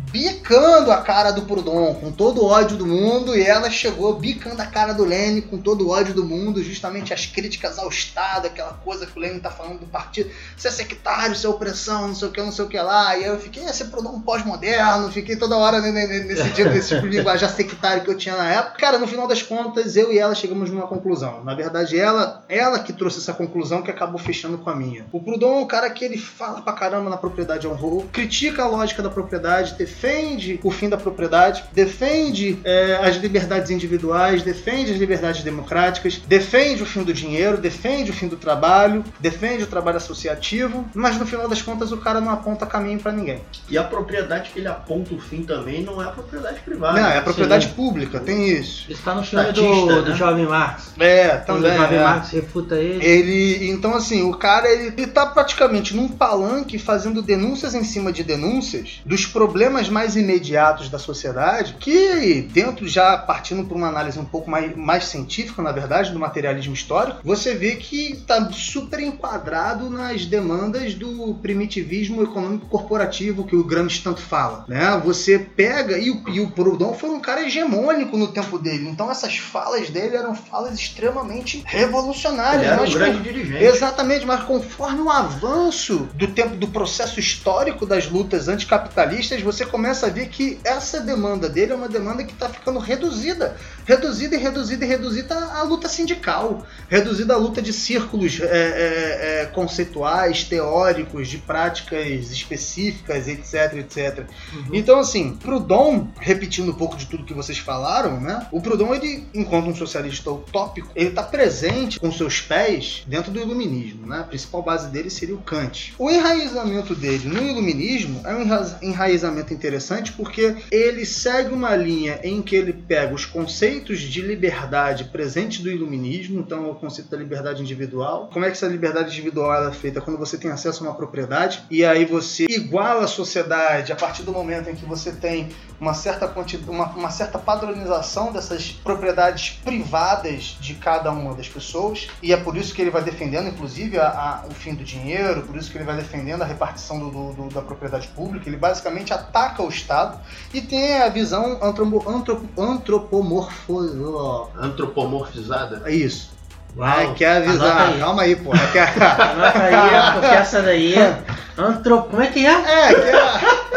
bicando a cara do Proudhon com todo o ódio do mundo, e ela chegou bicando a cara do Lênin com todo o ódio do mundo, justamente as críticas ao Estado, aquela coisa que o Lênin tá falando do partido, você é sectário, você é opressão, não sei o que, não sei o que lá, e aí eu fiquei, esse Proudhon pós-moderno, fiquei toda hora nesse dia, nesse tipo de linguagem sectário que eu tinha na época. Cara, no final das contas, eu e ela chegamos numa conclusão. Na verdade, ela, ela que trouxe essa conclusão que acabou fechando com a minha. O Proudhon é um cara que ele fala pra caramba na propriedade on hold, critica a lógica da propriedade, defende o fim da propriedade, defende é, as liberdades individuais, defende as liberdades democráticas, defende o fim do dinheiro, defende o fim do trabalho, defende o trabalho associativo, mas no final das contas o cara não aponta caminho pra ninguém. E a propriedade que ele aponta o fim também não é a propriedade privada. Não, é a propriedade Sim. pública, tem isso. Isso tá no filme do, né? do Jovem Marx. É, também. O Jovem é. Marx refuta ele. ele. Então assim, o cara ele, ele tá praticamente num palanque fazendo denúncias em cima de denúncias dos problemas mais imediatos da sociedade, que dentro, já partindo para uma análise um pouco mais, mais científica, na verdade, do materialismo histórico, você vê que está super enquadrado nas demandas do primitivismo econômico corporativo que o Gramsci tanto fala, né? Você pega, e o, e o Proudhon foi um cara hegemônico no tempo dele, então essas falas dele eram falas extremamente revolucionárias. Ele era mas um grande com, dirigente. Exatamente, mas conforme o avanço do tempo, do processo histórico das lutas anticapitalistas, você começa a ver que essa demanda dele é uma demanda que está ficando reduzida, reduzida e reduzida e reduzida à luta sindical, reduzida à luta de círculos é, é, é, conceituais, teóricos, de práticas específicas, etc, etcétera. Uhum. Então, assim, Proudhon, repetindo um pouco de tudo que vocês falaram, né? O Proudhon, ele, enquanto um socialista utópico, ele está presente com seus pés dentro do iluminismo, né? A principal base dele seria o Kant. O enraizamento dele no iluminismo é um enraizamento interessante porque ele segue uma linha em que ele pega os conceitos de liberdade presentes do iluminismo, então o conceito da liberdade individual. Como é que essa liberdade individual ela é feita? Quando você tem acesso a uma propriedade e aí você iguala a sociedade a partir do momento em que você tem uma certa, quantidade, uma, uma certa padronização dessas propriedades privadas de cada uma das pessoas, e é por isso que ele vai defendendo, inclusive, a, a, o fim do dinheiro, por isso que ele vai defendendo a repartição do, do, do, da propriedade pública. Ele basicamente ataca o Estado e tem a visão antropo, antropo, antropomorfo... antropomorfizada. É isso. Uau, é, que é a visão. Aí. Calma aí, pô. É que a... Anota aí, porque essa daí é. Antro... Como é que é? É, que é.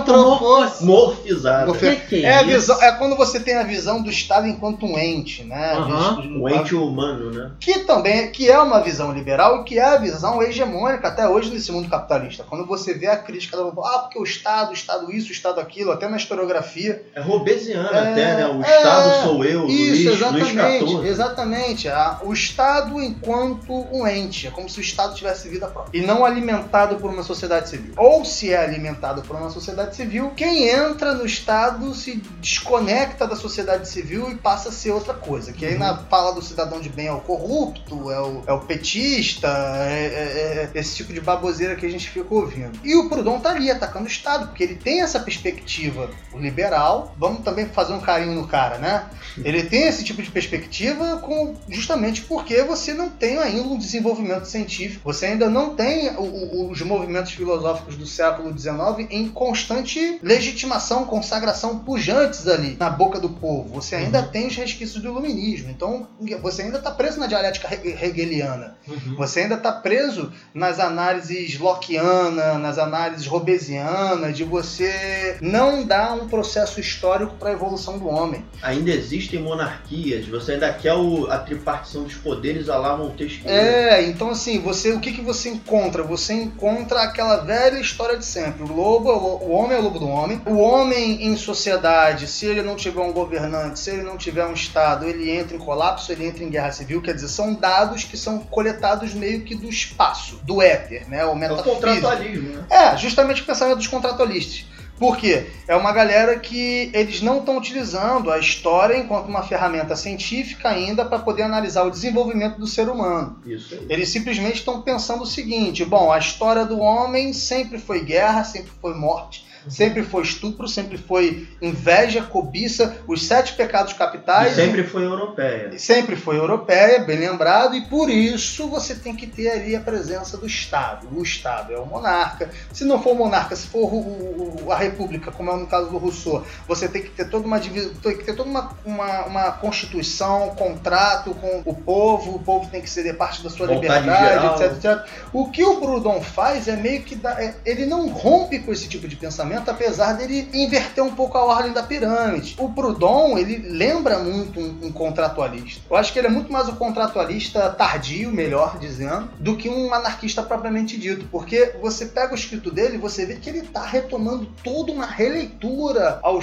Antropomorfizada. O que, que é, é, a isso? visão, é quando você tem a visão do Estado enquanto um ente, né? Uhum. Um ente humano, né? Que também que é uma visão liberal e que é a visão hegemônica até hoje nesse mundo capitalista. Quando você vê a crítica da ah, porque o Estado, o Estado isso, o Estado aquilo, até na historiografia. É robesiana é, até, né? O é, Estado sou eu, isso, Luiz, exatamente, Luiz exatamente. A, o Estado enquanto um ente. É como se o Estado tivesse vida própria. E não alimentado por uma sociedade civil. Ou se é alimentado por uma sociedade civil, quem entra no Estado se desconecta da sociedade civil e passa a ser outra coisa. Que aí na fala do cidadão de bem é o corrupto, é o, é o petista, é, é, é esse tipo de baboseira que a gente fica ouvindo. E o Proudhon tá ali atacando o Estado, porque ele tem essa perspectiva liberal. Vamos também fazer um carinho no cara, né? Ele tem esse tipo de perspectiva com, justamente porque você não tem ainda um desenvolvimento científico, você ainda não tem o, o, os movimentos filosóficos do século dezenove em constante legitimação, consagração pujantes ali na boca do povo. Você ainda uhum. tem os resquícios do iluminismo. Então, você ainda está preso na dialética hegeliana. Uhum. Você ainda está preso nas análises lockeanas, nas análises robesianas, de você não dar um processo histórico para a evolução do homem. Ainda existem monarquias. Você ainda quer o, a tripartição dos poderes à la Montesquieu. É, então assim, você, o que, que você encontra? Você encontra aquela velha história de sempre. O lobo, o homem é o lobo do homem. O homem em sociedade, se ele não tiver um governante, se ele não tiver um Estado, ele entra em colapso, ele entra em guerra civil. Quer dizer, são dados que são coletados meio que do espaço, do éter, né? O metafísico. É o contratualismo, né? É, justamente o pensamento dos contratualistas. Por quê? É uma galera que eles não estão utilizando a história enquanto uma ferramenta científica ainda para poder analisar o desenvolvimento do ser humano. Isso aí. Eles simplesmente estão pensando o seguinte: bom, a história do homem sempre foi guerra, sempre foi morte, Sempre foi estupro, sempre foi inveja, cobiça, os sete pecados capitais. E sempre foi europeia. Sempre foi europeia, bem lembrado, e por isso você tem que ter ali a presença do Estado. O Estado é o monarca. Se não for o monarca, se for o, o, a república, como é no caso do Rousseau, você tem que ter toda uma tem que ter toda uma, uma, uma constituição, um contrato com o povo, o povo tem que ceder parte da sua Vontade liberdade, geral. etc, etcétera. O que o Proudhon faz é meio que dá, é, ele não rompe com esse tipo de pensamento, apesar dele inverter um pouco a ordem da pirâmide. O Proudhon, ele lembra muito um, um contratualista. Eu acho que ele é muito mais um contratualista tardio, melhor dizendo, do que um anarquista propriamente dito, porque você pega o escrito dele e você vê que ele está retomando toda uma releitura ao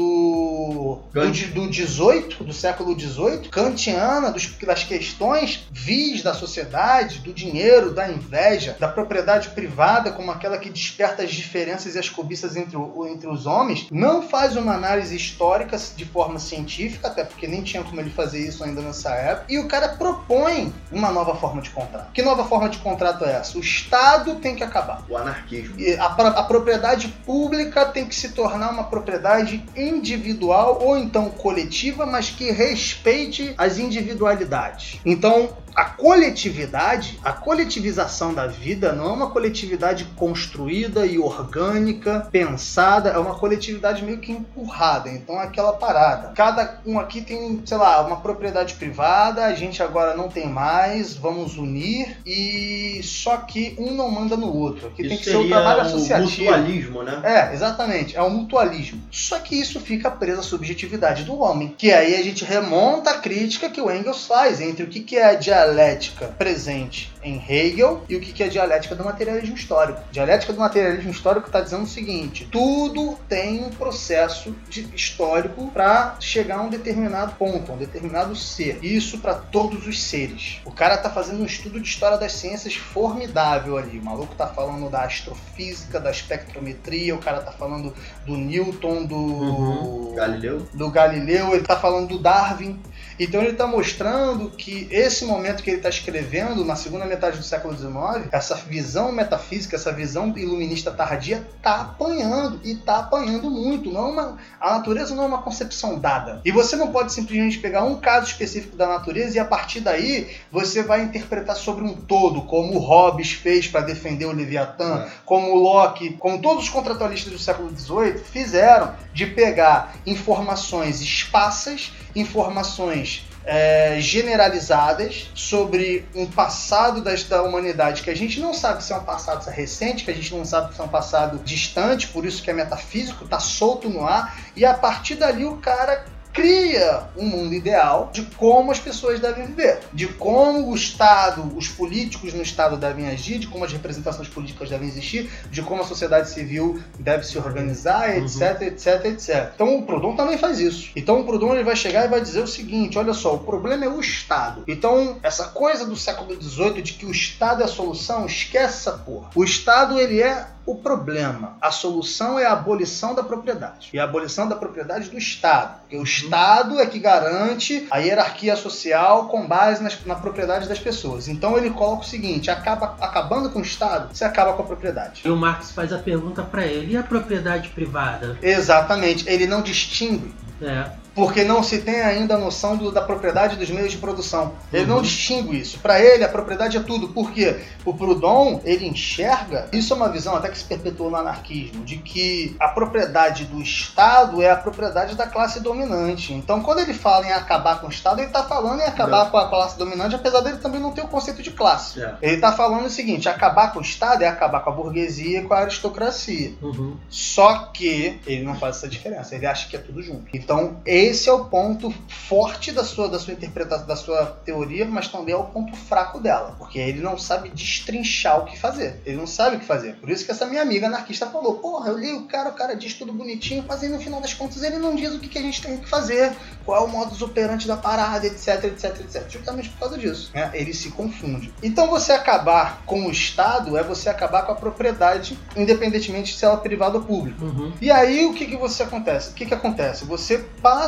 estilo do, do dezoito, do século dezoito, kantiana, dos, das questões vis da sociedade, do dinheiro, da inveja, da propriedade privada como aquela que desperta as diferenças e as cobiças entre, o, entre os homens. Não faz uma análise histórica de forma científica, até porque nem tinha como ele fazer isso ainda nessa época, e o cara propõe uma nova forma de contrato. Que nova forma de contrato é essa? O Estado tem que acabar. O anarquismo. E a, a propriedade pública tem que se tornar uma propriedade individual ou então coletiva, mas que respeite as individualidades. Então, a coletividade, a coletivização da vida não é uma coletividade construída e orgânica, pensada, é uma coletividade meio que empurrada. Então é aquela parada. Cada um aqui tem, sei lá, uma propriedade privada, a gente agora não tem mais, vamos unir, e só que um não manda no outro. Aqui isso tem que ser o trabalho associativo. O mutualismo, né? É, exatamente, é o mutualismo. Só que isso fica preso à subjetividade do homem. Que aí a gente remonta a crítica que o Engels faz entre o que, que é a dialética presente em Hegel e o que é a dialética do materialismo histórico. A dialética do materialismo histórico está dizendo o seguinte: tudo tem um processo de, histórico para chegar a um determinado ponto, a um determinado ser. Isso para todos os seres. O cara está fazendo um estudo de história das ciências formidável ali. O maluco está falando da astrofísica, da espectrometria, o cara está falando do Newton, do uhum. Galileu. do Galileu, ele está falando do Darwin. Então ele está mostrando que esse momento que ele está escrevendo, na segunda metade do século dezenove, essa visão metafísica, essa visão iluminista tardia, está apanhando, e está apanhando muito. Não é uma, a natureza não é uma concepção dada. E você não pode simplesmente pegar um caso específico da natureza e a partir daí você vai interpretar sobre um todo, como o Hobbes fez para defender o Leviatã, é. como o Locke, como todos os contratualistas do século dezoito fizeram, de pegar informações esparsas, informações é, generalizadas sobre um passado da, da humanidade que a gente não sabe se é um passado recente, que a gente não sabe se é um passado distante, por isso que é metafísico, está solto no ar, e a partir dali o cara cria um mundo ideal de como as pessoas devem viver, de como o Estado, os políticos no Estado devem agir, de como as representações políticas devem existir, de como a sociedade civil deve se organizar, etc, uhum. etc, etcétera. Então o Proudhon também faz isso. Então o Proudhon ele vai chegar e vai dizer o seguinte: olha só, o problema é o Estado. Então essa coisa do século dezoito de que o Estado é a solução, esquece essa porra. O Estado ele é o problema. A solução é a abolição da propriedade. E a abolição da propriedade do Estado. Porque o Estado é que garante a hierarquia social com base nas, na propriedade das pessoas. Então ele coloca o seguinte: acaba, acabando com o Estado, você acaba com a propriedade. E o Marx faz a pergunta para ele: e a propriedade privada? Exatamente. Ele não distingue. É. Porque não se tem ainda a noção do, da propriedade dos meios de produção. Ele uhum. não distingue isso. Para ele, a propriedade é tudo. Por quê? O Proudhon, ele enxerga, isso é uma visão até que se perpetuou no anarquismo, de que a propriedade do Estado é a propriedade da classe dominante. Então, quando ele fala em acabar com o Estado, ele está falando em acabar não. com a classe dominante, apesar dele também não ter o conceito de classe. Yeah. Ele está falando o seguinte: acabar com o Estado é acabar com a burguesia e com a aristocracia. Uhum. Só que ele não faz essa diferença. Ele acha que é tudo junto. Então, esse é o ponto forte da sua, da sua interpretação, da sua teoria, mas também é o ponto fraco dela, porque ele não sabe destrinchar o que fazer, ele não sabe o que fazer. Por isso que essa minha amiga anarquista falou: porra, eu li o cara, o cara diz tudo bonitinho, mas aí no final das contas ele não diz o que, que a gente tem que fazer, qual é o modus operandi da parada, etc, etc, etcétera. Justamente por causa disso, né? Ele se confunde. Então você acabar com o Estado é você acabar com a propriedade, independentemente se ela é privada ou pública. Uhum. E aí o que, que você acontece? O que, que acontece? Você passa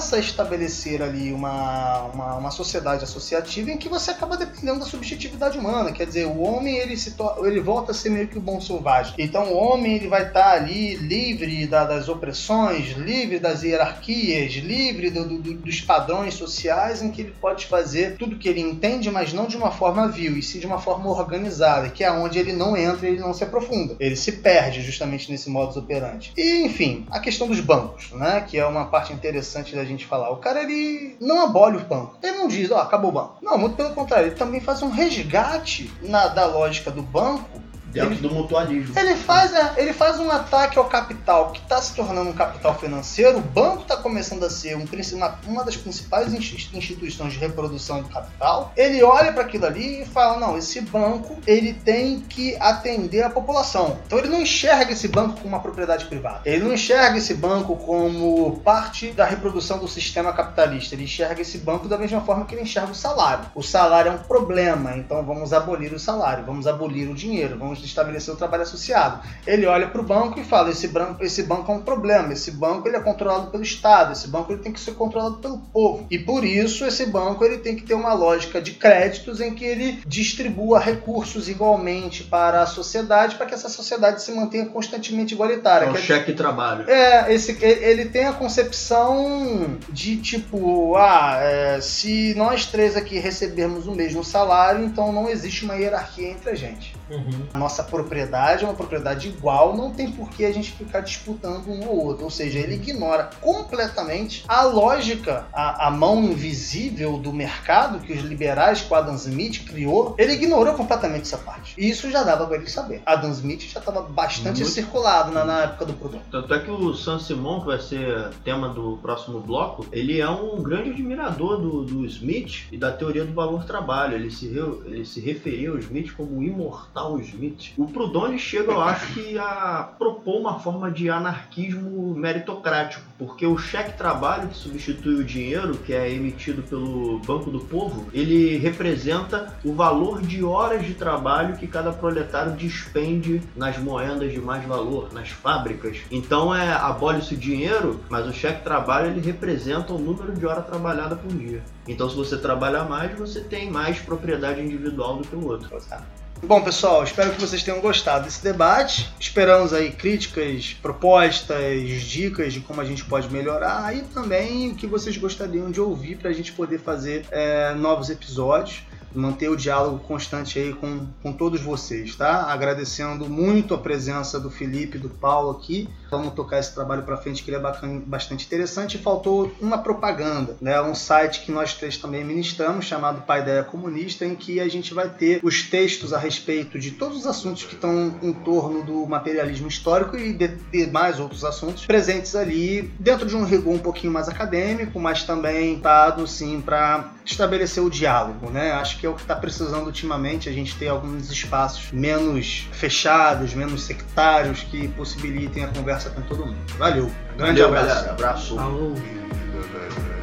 passa a estabelecer ali uma, uma, uma sociedade associativa em que você acaba dependendo da subjetividade humana. Quer dizer, o homem ele, se to- ele volta a ser meio que o bom selvagem. Então o homem ele vai estar ali livre da, das opressões, livre das hierarquias, livre do, do, dos padrões sociais, em que ele pode fazer tudo que ele entende, mas não de uma forma vil, e sim de uma forma organizada, que é onde ele não entra e ele não se aprofunda. Ele se perde justamente nesse modus operandi. E, enfim, a questão dos bancos, né, que é uma parte interessante da gente falar. O cara, ele não abole o banco. Ele não diz, ó, oh, acabou o banco. Não, muito pelo contrário. Ele também faz um resgate na, da lógica do banco. Dentro ele, do mutualismo. Ele faz, é, ele faz um ataque ao capital que está se tornando um capital financeiro. O banco está começando a ser um, uma, uma das principais instituições de reprodução do capital. Ele olha para aquilo ali e fala, não, esse banco ele tem que atender a população. Então ele não enxerga esse banco como uma propriedade privada. Ele não enxerga esse banco como parte da reprodução do sistema capitalista. Ele enxerga esse banco da mesma forma que ele enxerga o salário. O salário é um problema, então vamos abolir o salário, vamos abolir o dinheiro, vamos estabelecer o trabalho associado. Ele olha para o banco e fala, esse banco, esse banco é um problema, esse banco ele é controlado pelo Estado, esse banco ele tem que ser controlado pelo povo. E por isso esse banco ele tem que ter uma lógica de créditos em que ele distribua recursos igualmente para a sociedade, para que essa sociedade se mantenha constantemente igualitária. É um cheque de trabalho. É, esse, ele tem a concepção de tipo, ah, é, se nós três aqui recebermos o mesmo salário, então não existe uma hierarquia entre a gente. Uhum. A nossa propriedade é uma propriedade igual, não tem por que a gente ficar disputando um ou outro. Ou seja, ele ignora completamente a lógica, a, a mão invisível do mercado que os liberais com Adam Smith criou. Ele ignorou completamente essa parte. E isso já dava para ele saber. Adam Smith já estava bastante Muito... circulado na, na época do produto. Tanto é que o Saint-Simon, que vai ser tema do próximo bloco, ele é um grande admirador do, do Smith e da teoria do valor-trabalho. Ele se, re, ele se referia ao Smith como o imortal Smith. O Proudhon chega, eu acho, que a propor uma forma de anarquismo meritocrático, porque o cheque-trabalho, que substitui o dinheiro, que é emitido pelo Banco do Povo, ele representa o valor de horas de trabalho que cada proletário despende nas moedas de mais valor, nas fábricas. Então, é, abole-se o dinheiro, mas o cheque-trabalho ele representa o número de horas trabalhadas por dia. Então, se você trabalhar mais, você tem mais propriedade individual do que o outro. Bom, pessoal, espero que vocês tenham gostado desse debate. Esperamos aí críticas, propostas, dicas de como a gente pode melhorar e também o que vocês gostariam de ouvir para a gente poder fazer é, novos episódios. Manter o diálogo constante aí com, com todos vocês, tá? Agradecendo muito a presença do Felipe e do Paulo aqui. Vamos tocar esse trabalho para frente, que ele é bacana, bastante interessante. E faltou uma propaganda, né? Um site que nós três também ministramos, chamado Paideia Comunista, em que a gente vai ter os textos a respeito de todos os assuntos que estão em torno do materialismo histórico e de, de mais outros assuntos presentes ali, dentro de um rigor um pouquinho mais acadêmico, mas também dado, sim, para estabelecer o diálogo, né? Acho que é o que está precisando ultimamente, a gente ter alguns espaços menos fechados, menos sectários, que possibilitem a conversa com todo mundo. Valeu, grande Valeu, abraço. galera. Abraço. Falou.